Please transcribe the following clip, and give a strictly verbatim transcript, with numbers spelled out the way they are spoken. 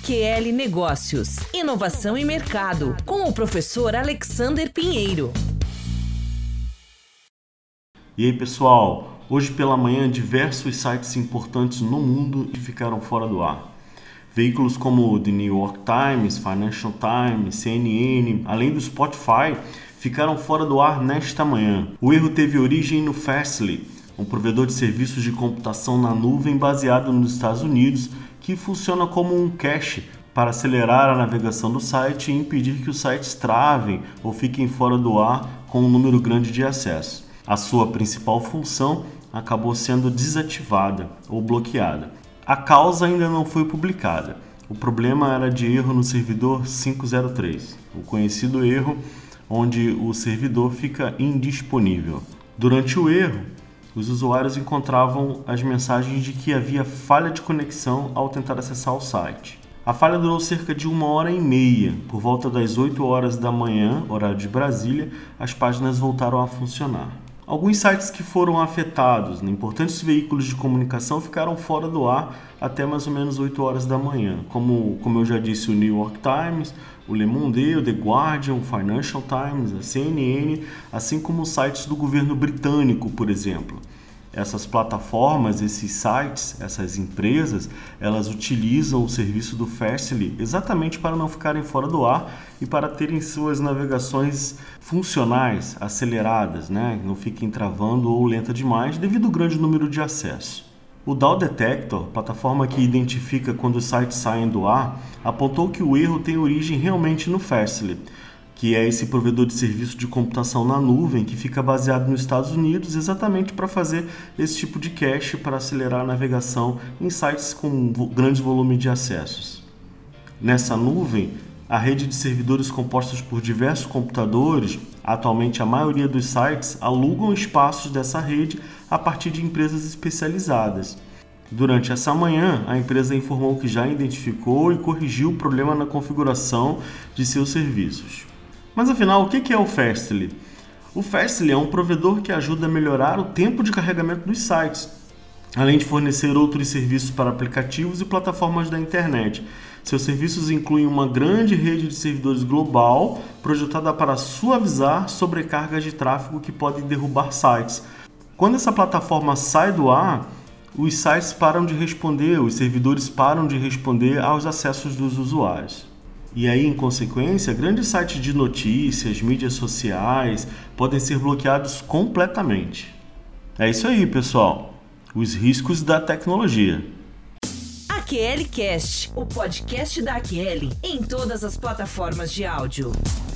A Q L Negócios, Inovação e Mercado, com o professor Alexander Pinheiro. E aí, pessoal, hoje pela manhã diversos sites importantes no mundo ficaram fora do ar. Veículos como The New York Times, Financial Times, C N N, além do Spotify, ficaram fora do ar nesta manhã. O erro teve origem no Fastly, um provedor de serviços de computação na nuvem baseado nos Estados Unidos, que funciona como um cache para acelerar a navegação do site e impedir que os sites travem ou fiquem fora do ar com um número grande de acessos. A sua principal função acabou sendo desativada ou bloqueada. A causa ainda não foi publicada. O problema era de erro no servidor quinhentos e três, o conhecido erro onde o servidor fica indisponível. Durante o erro, os usuários encontravam as mensagens de que havia falha de conexão ao tentar acessar o site. A falha durou cerca de uma hora e meia. Por volta das oito horas da manhã, horário de Brasília, as páginas voltaram a funcionar. Alguns sites que foram afetados, importantes veículos de comunicação, ficaram fora do ar até mais ou menos oito horas da manhã, como, como eu já disse, o New York Times, o Le Monde, o The Guardian, o Financial Times, a C N N, assim como os sites do governo britânico, por exemplo. Essas plataformas, esses sites, essas empresas, elas utilizam o serviço do Fastly exatamente para não ficarem fora do ar e para terem suas navegações funcionais, aceleradas, né? Não fiquem travando ou lenta demais devido ao grande número de acessos. O D A O Detector, plataforma que identifica quando os sites saem do ar, apontou que o erro tem origem realmente no Fastly, que é esse provedor de serviço de computação na nuvem que fica baseado nos Estados Unidos exatamente para fazer esse tipo de cache para acelerar a navegação em sites com grande volume de acessos. Nessa nuvem, a rede de servidores compostos por diversos computadores, atualmente a maioria dos sites alugam espaços dessa rede a partir de empresas especializadas. Durante essa manhã, a empresa informou que já identificou e corrigiu o problema na configuração de seus serviços. Mas afinal, o que é o Fastly? O Fastly é um provedor que ajuda a melhorar o tempo de carregamento dos sites, além de fornecer outros serviços para aplicativos e plataformas da internet. Seus serviços incluem uma grande rede de servidores global projetada para suavizar sobrecargas de tráfego que podem derrubar sites. Quando essa plataforma sai do ar, os sites param de responder, os servidores param de responder aos acessos dos usuários. E aí, em consequência, grandes sites de notícias, mídias sociais podem ser bloqueados completamente. É isso aí, pessoal. Os riscos da tecnologia. A Q L Cast, o podcast da A Q L, em todas as plataformas de áudio.